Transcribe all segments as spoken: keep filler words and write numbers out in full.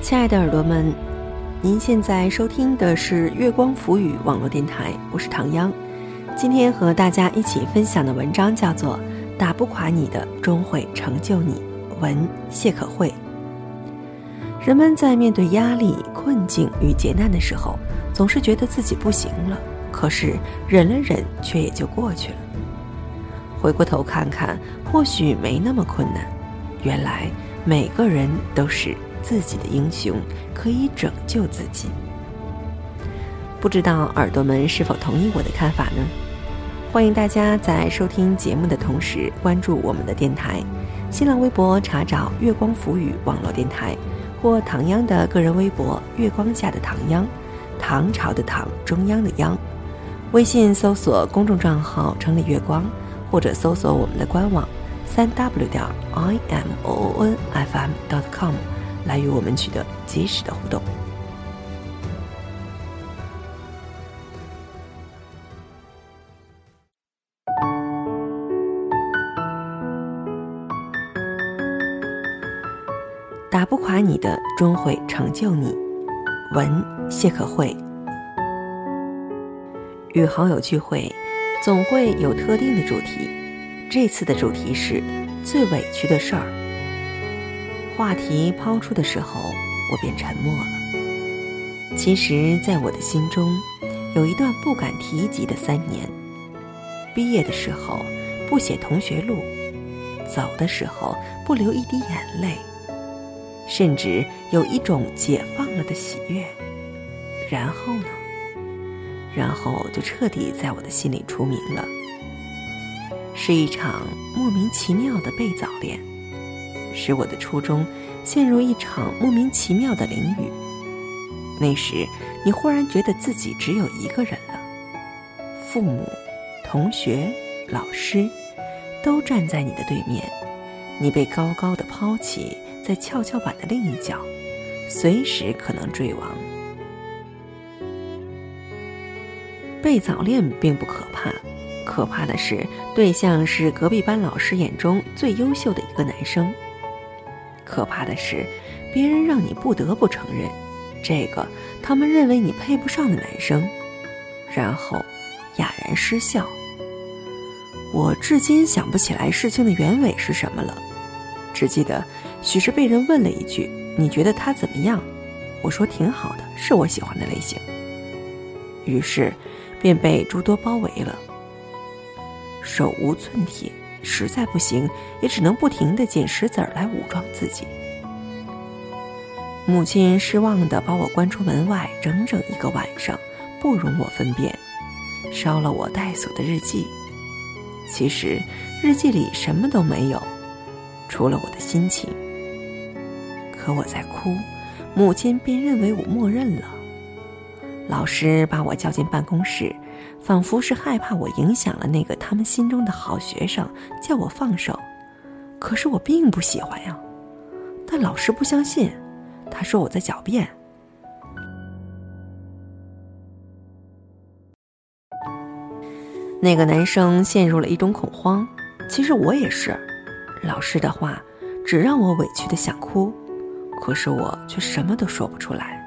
亲爱的耳朵们，您现在收听的是月光浮语网络电台，我是唐央。今天和大家一起分享的文章叫做《打不垮你的终会成就你》，文谢可慧。人们在面对压力、困境与劫难的时候，总是觉得自己不行了，可是忍了忍却也就过去了。回过头看看，或许没那么困难，原来每个人都是自己的英雄，可以拯救自己。不知道耳朵们是否同意我的看法呢？欢迎大家在收听节目的同时关注我们的电台，新浪微博查找月光浮语网络电台，或唐央的个人微博月光下的唐央，唐朝的唐，中央的央。微信搜索公众账号城里月光，或者搜索我们的官网 三 w 点 i m o o n f m 点 com 来与我们取得及时的互动。打不垮你的终会成就你，文谢可慧。与好友聚会总会有特定的主题，这次的主题是最委屈的事儿。话题抛出的时候，我便沉默了。其实在我的心中有一段不敢提及的三年。毕业的时候不写同学录，走的时候不流一滴眼泪，甚至有一种解放了的喜悦。然后呢？然后就彻底在我的心里出名了。是一场莫名其妙的被早恋，使我的初衷陷入一场莫名其妙的淋雨。那时你忽然觉得自己只有一个人了，父母、同学、老师都站在你的对面，你被高高的抛弃在跷跷板的另一角，随时可能坠亡。被早恋并不可怕，可怕的是对象是隔壁班老师眼中最优秀的一个男生。可怕的是别人让你不得不承认这个他们认为你配不上的男生，然后哑然失笑。我至今想不起来事情的原委是什么了，只记得许是被人问了一句，你觉得他怎么样？我说挺好的，是我喜欢的类型。于是便被诸多包围了。手无寸铁，实在不行也只能不停地捡石子儿来武装自己。母亲失望地把我关出门外整整一个晚上，不容我分辨，烧了我带锁的日记。其实日记里什么都没有，除了我的心情。可我在哭，母亲便认为我默认了。老师把我叫进办公室，仿佛是害怕我影响了那个他们心中的好学生，叫我放手。可是我并不喜欢呀。但老师不相信，他说我在狡辩。那个男生陷入了一种恐慌，其实我也是。老师的话只让我委屈的想哭，可是我却什么都说不出来。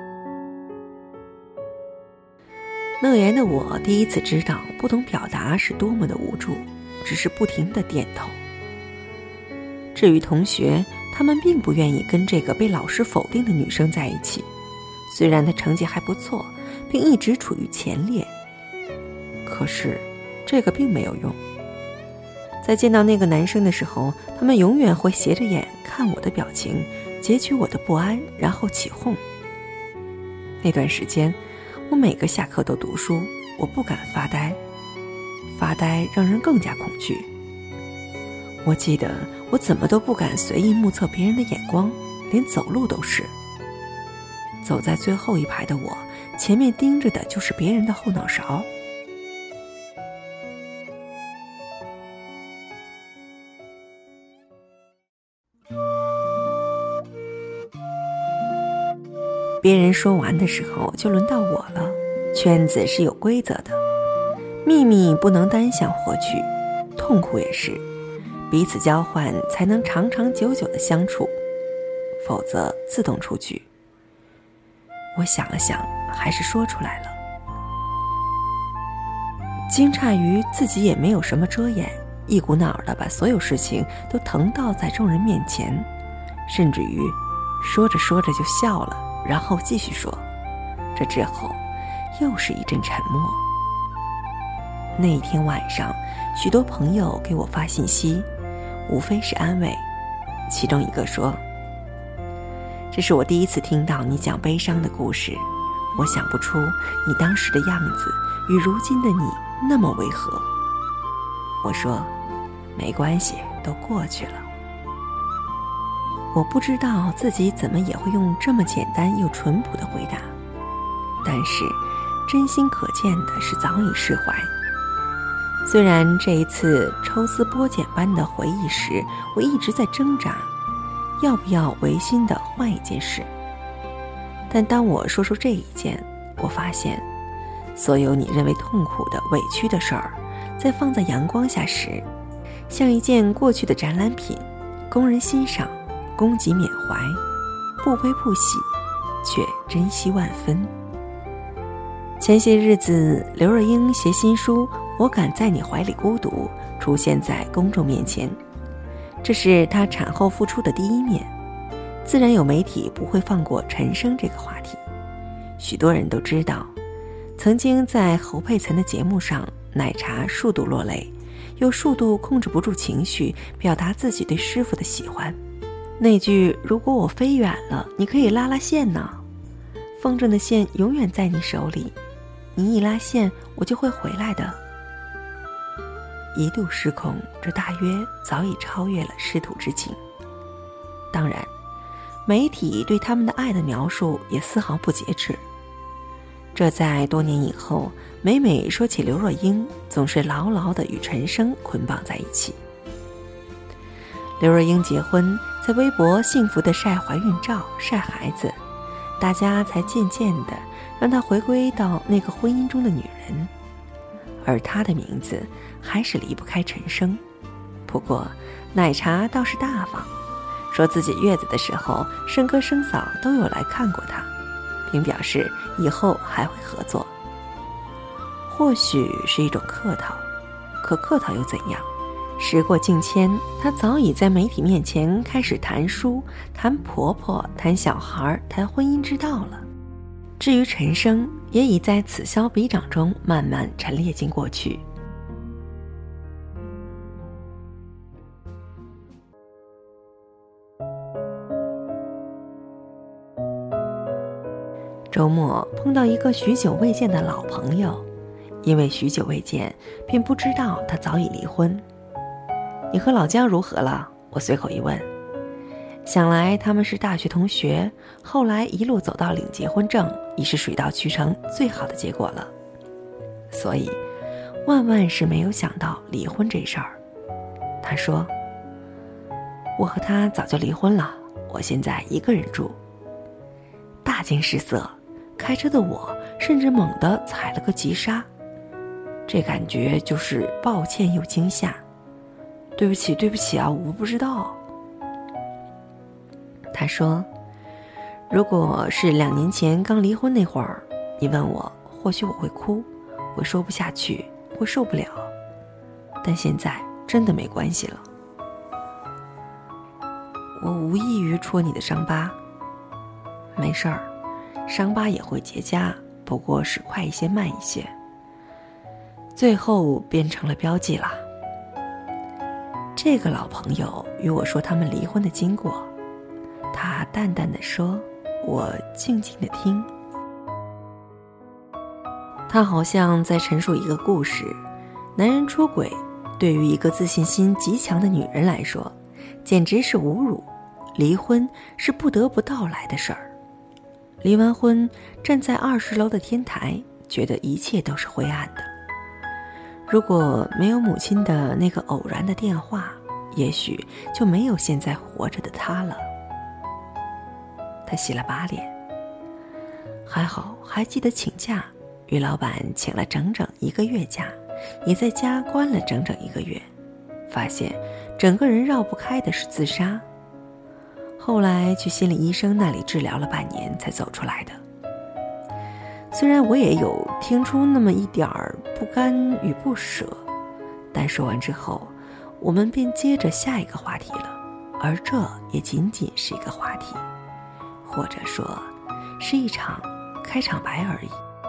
乐言的我第一次知道不懂表达是多么的无助，只是不停地点头。至于同学，他们并不愿意跟这个被老师否定的女生在一起，虽然她成绩还不错，并一直处于前列。可是这个并没有用。在见到那个男生的时候，他们永远会斜着眼看我的表情，截取我的不安，然后起哄。那段时间我每个下课都读书，我不敢发呆，发呆让人更加恐惧。我记得我怎么都不敢随意目测别人的眼光，连走路都是。走在最后一排的我，前面盯着的就是别人的后脑勺。别人说完的时候就轮到我了。圈子是有规则的，秘密不能单向获取，痛苦也是彼此交换才能长长久久的相处，否则自动出局。 我想了想，还是说出来了。惊诧于自己也没有什么遮掩，一股脑儿的把所有事情都腾到在众人面前，甚至于说着说着就笑了，然后继续说。这之后又是一阵沉默。那一天晚上，许多朋友给我发信息，无非是安慰。其中一个说，这是我第一次听到你讲悲伤的故事，我想不出你当时的样子与如今的你那么违和。我说，没关系，都过去了。我不知道自己怎么也会用这么简单又淳朴的回答，但是真心可见的是早已释怀。虽然这一次抽丝剥茧般的回忆时，我一直在挣扎，要不要违心的换一件事，但当我说出这一件，我发现所有你认为痛苦的委屈的事儿，在放在阳光下时，像一件过去的展览品，供人欣赏，供给缅怀，不悲不喜，却珍惜万分。前些日子，刘若英携新书《我敢在你怀里孤独》出现在公众面前，这是她产后复出的第一面，自然有媒体不会放过陈升这个话题。许多人都知道，曾经在侯佩岑的节目上，奶茶数度落泪，又数度控制不住情绪，表达自己对师傅的喜欢。那句如果我飞远了，你可以拉拉线呢，风筝的线永远在你手里，你一拉线，我就会回来的。一度失控，这大约早已超越了师徒之情。当然，媒体对他们的爱的描述也丝毫不节制。这在多年以后，每每说起刘若英，总是牢牢地与陈升捆绑在一起。刘若英结婚，在微博幸福地晒怀孕照、晒孩子，大家才渐渐地让她回归到那个婚姻中的女人，而她的名字还是离不开陈升。不过奶茶倒是大方，说自己月子的时候，生哥生嫂都有来看过她，并表示以后还会合作。或许是一种客套，可客套又怎样？时过境迁，她早已在媒体面前开始谈书、谈婆婆、谈小孩、谈婚姻之道了。至于陈升，也已在此消彼长中慢慢陈列进过去。周末碰到一个许久未见的老朋友，因为许久未见，便不知道他早已离婚。你和老姜如何了？我随口一问。想来他们是大学同学，后来一路走到领结婚证，已是水到渠成最好的结果了。所以万万是没有想到离婚这事儿。他说，我和他早就离婚了，我现在一个人住。大惊失色，开车的我甚至猛地踩了个急刹，这感觉就是抱歉又惊吓。对不起对不起啊，我不知道。他说，如果是两年前刚离婚那会儿，你问我，或许我会哭，会说不下去，会受不了，但现在真的没关系了。我无异于戳你的伤疤。没事儿，伤疤也会结痂，不过是快一些慢一些，最后变成了标记了。这个老朋友与我说他们离婚的经过，他淡淡地说，我静静地听。他好像在陈述一个故事，男人出轨对于一个自信心极强的女人来说简直是侮辱，离婚是不得不到来的事儿。离完婚，站在二十楼的天台，觉得一切都是灰暗的。如果没有母亲的那个偶然的电话，也许就没有现在活着的他了。他洗了把脸，还好还记得请假，于老板请了整整一个月假，也在家关了整整一个月，发现整个人绕不开的是自杀。后来去心理医生那里治疗了半年才走出来的。 虽然我也有听出那么一点儿不甘与不舍，但说完之后，我们便接着下一个话题了，而这也仅仅是一个话题，或者说是一场开场白而已。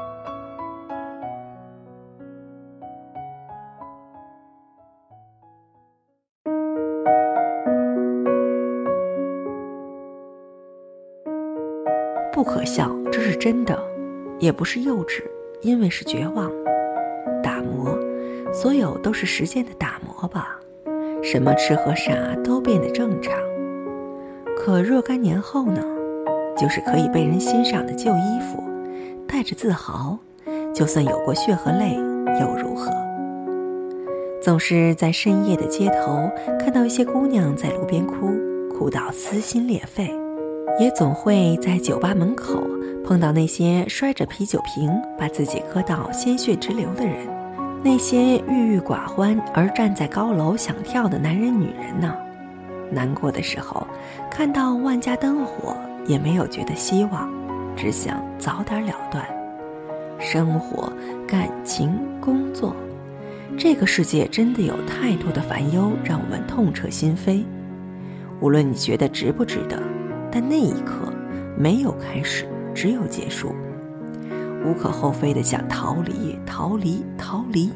不可笑，这是真的，也不是幼稚，因为是绝望。打磨，所有都是时间的打磨吧，什么吃喝傻都变得正常。可若干年后呢，就是可以被人欣赏的旧衣服，带着自豪，就算有过血和泪又如何？总是在深夜的街头看到一些姑娘在路边哭，哭到撕心裂肺，也总会在酒吧门口碰到那些摔着啤酒瓶把自己磕到鲜血直流的人，那些郁郁寡欢而站在高楼想跳的男人女人呢？难过的时候看到万家灯火也没有觉得希望，只想早点了断。生活、感情、工作，这个世界真的有太多的烦忧让我们痛彻心扉。无论你觉得值不值得，但那一刻没有开始，只有结束。无可厚非的想逃离，逃离，逃离。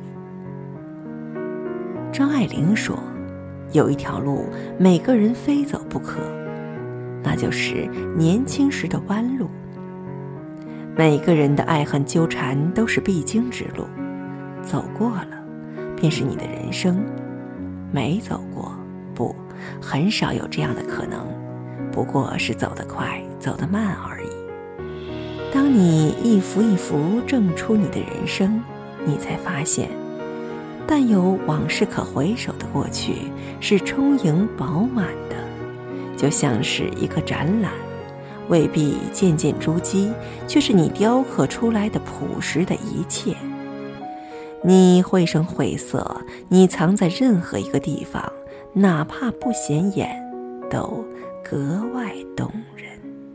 张爱玲说，有一条路每个人非走不可，那就是年轻时的弯路。每个人的爱恨纠缠都是必经之路，走过了便是你的人生，没走过，不，很少有这样的可能，不过是走得快走得慢而已。当你一幅一幅正出你的人生，你才发现但有往事可回首的过去是充盈饱满的，就像是一个展览，未必件件珠玑，却是你雕刻出来的朴实的一切。你绘声绘色，你藏在任何一个地方，哪怕不显眼，都格外动人。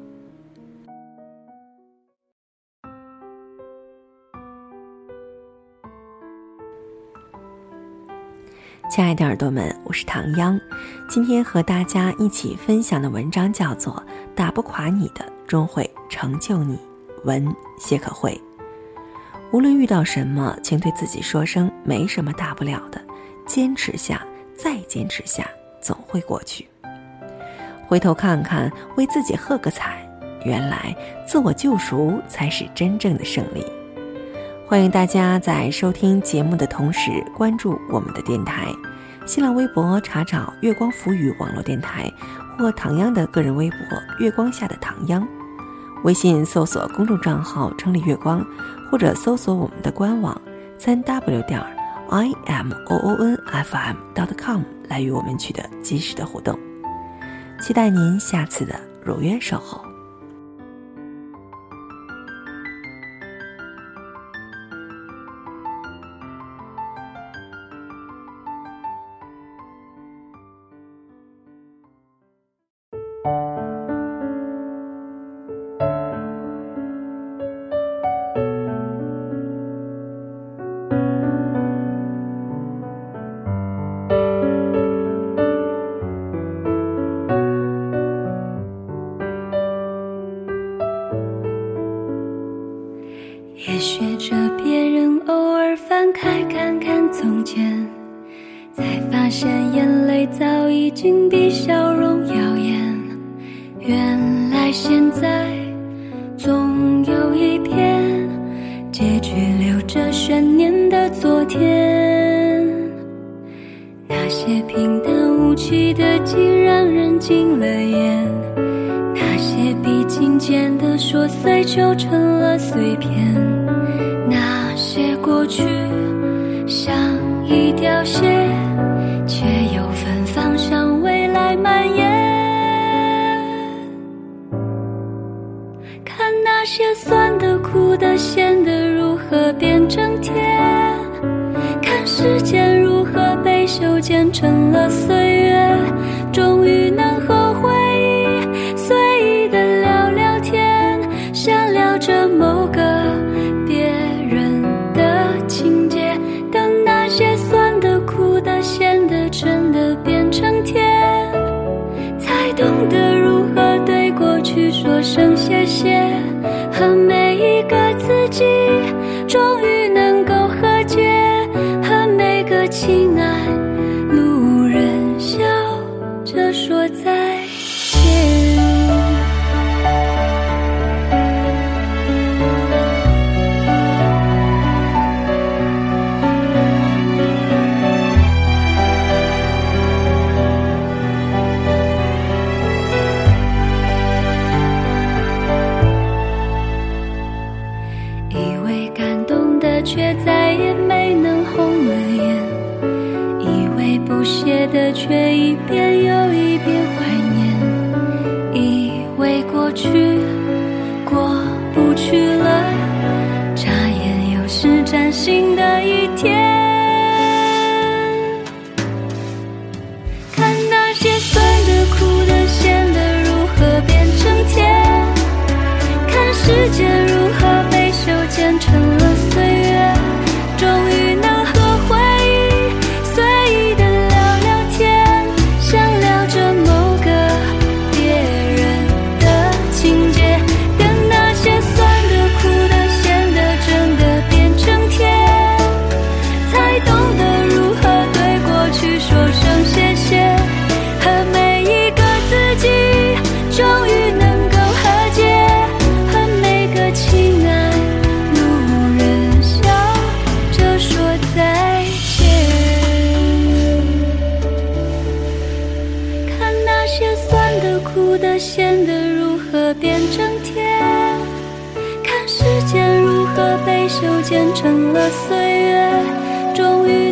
亲爱的耳朵们，我是唐央，今天和大家一起分享的文章叫做《打不垮你的，终会成就你》，文谢可慧。无论遇到什么，请对自己说声没什么大不了的，坚持下，再坚持下，总会过去。回头看看，为自己喝个彩，原来自我救赎才是真正的胜利。欢迎大家在收听节目的同时关注我们的电台，新浪微博查找月光浮语网络电台，或唐央的个人微博月光下的唐央，微信搜索公众账号城里月光，或者搜索我们的官网 三 w 点 i m o o n f m 点 com 来与我们取得及时的互动。期待您下次的如约守候。 也学着别人偶尔翻开看看从前，才发现眼泪早已经比笑容耀眼。原来现在总有一片结局留着悬念的昨天，那些平淡无奇的竟让人惊了眼，那些笔尖间的琐碎就成了碎片，那些过去像一条线，却又芬芳向未来蔓延。看那些酸的苦的咸的如何变成甜，看时间如何被修剪成了岁月，终于能和回忆随意的聊聊天，想聊着某个懂得如何对过去说声谢谢，和每一个自己终于能够和解，和每个亲爱路人笑着说再见。却再也没能红了眼，以为不屑的却一遍又一遍怀念，以为过去过不去了，眨眼又是崭新的一天。看那些酸的苦的咸的如何变成甜，看时间如何被修剪成了岁月，终于能和回忆随意的聊聊天，像聊着某个别人的情节，等那些酸的苦的咸的真的变成甜，才懂得如何对过去说声谢谢，和每一个自己终于能够和解，和每个亲爱路人笑着说再见。看那些酸的苦的咸的如何变成甜，看时间如何被修剪成了岁月，终于